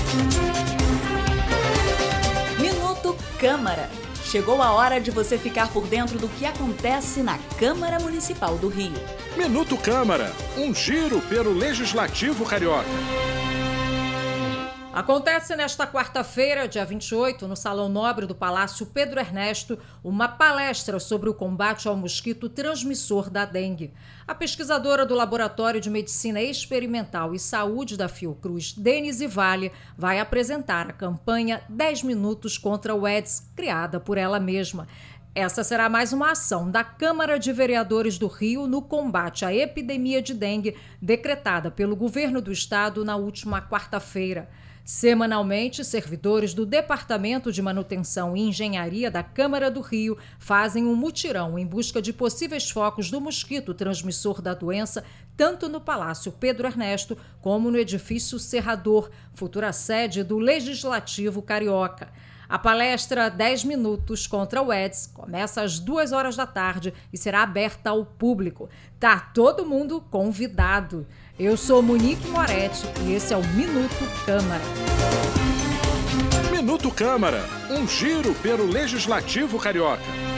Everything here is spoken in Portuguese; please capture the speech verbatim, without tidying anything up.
Minuto Câmara. Chegou a hora de você ficar por dentro do que acontece na Câmara Municipal do Rio. Minuto Câmara, um giro pelo Legislativo Carioca. Acontece nesta quarta-feira, dia vinte e oito, no Salão Nobre do Palácio Pedro Ernesto, uma palestra sobre o combate ao mosquito transmissor da dengue. A pesquisadora do Laboratório de Medicina Experimental e Saúde da Fiocruz, Denise Vale, vai apresentar a campanha dez minutos contra o Aedes, criada por ela mesma. Essa será mais uma ação da Câmara de Vereadores do Rio no combate à epidemia de dengue, decretada pelo governo do estado na última quarta-feira. Semanalmente, servidores do Departamento de Manutenção e Engenharia da Câmara do Rio fazem um mutirão em busca de possíveis focos do mosquito transmissor da doença, tanto no Palácio Pedro Ernesto como no edifício Serrador, futura sede do Legislativo Carioca. A palestra dez minutos contra o Aedes começa às duas horas da tarde e será aberta ao público. Tá todo mundo convidado. Eu sou Monique Moretti e esse é o Minuto Câmara. Minuto Câmara, um giro pelo Legislativo Carioca.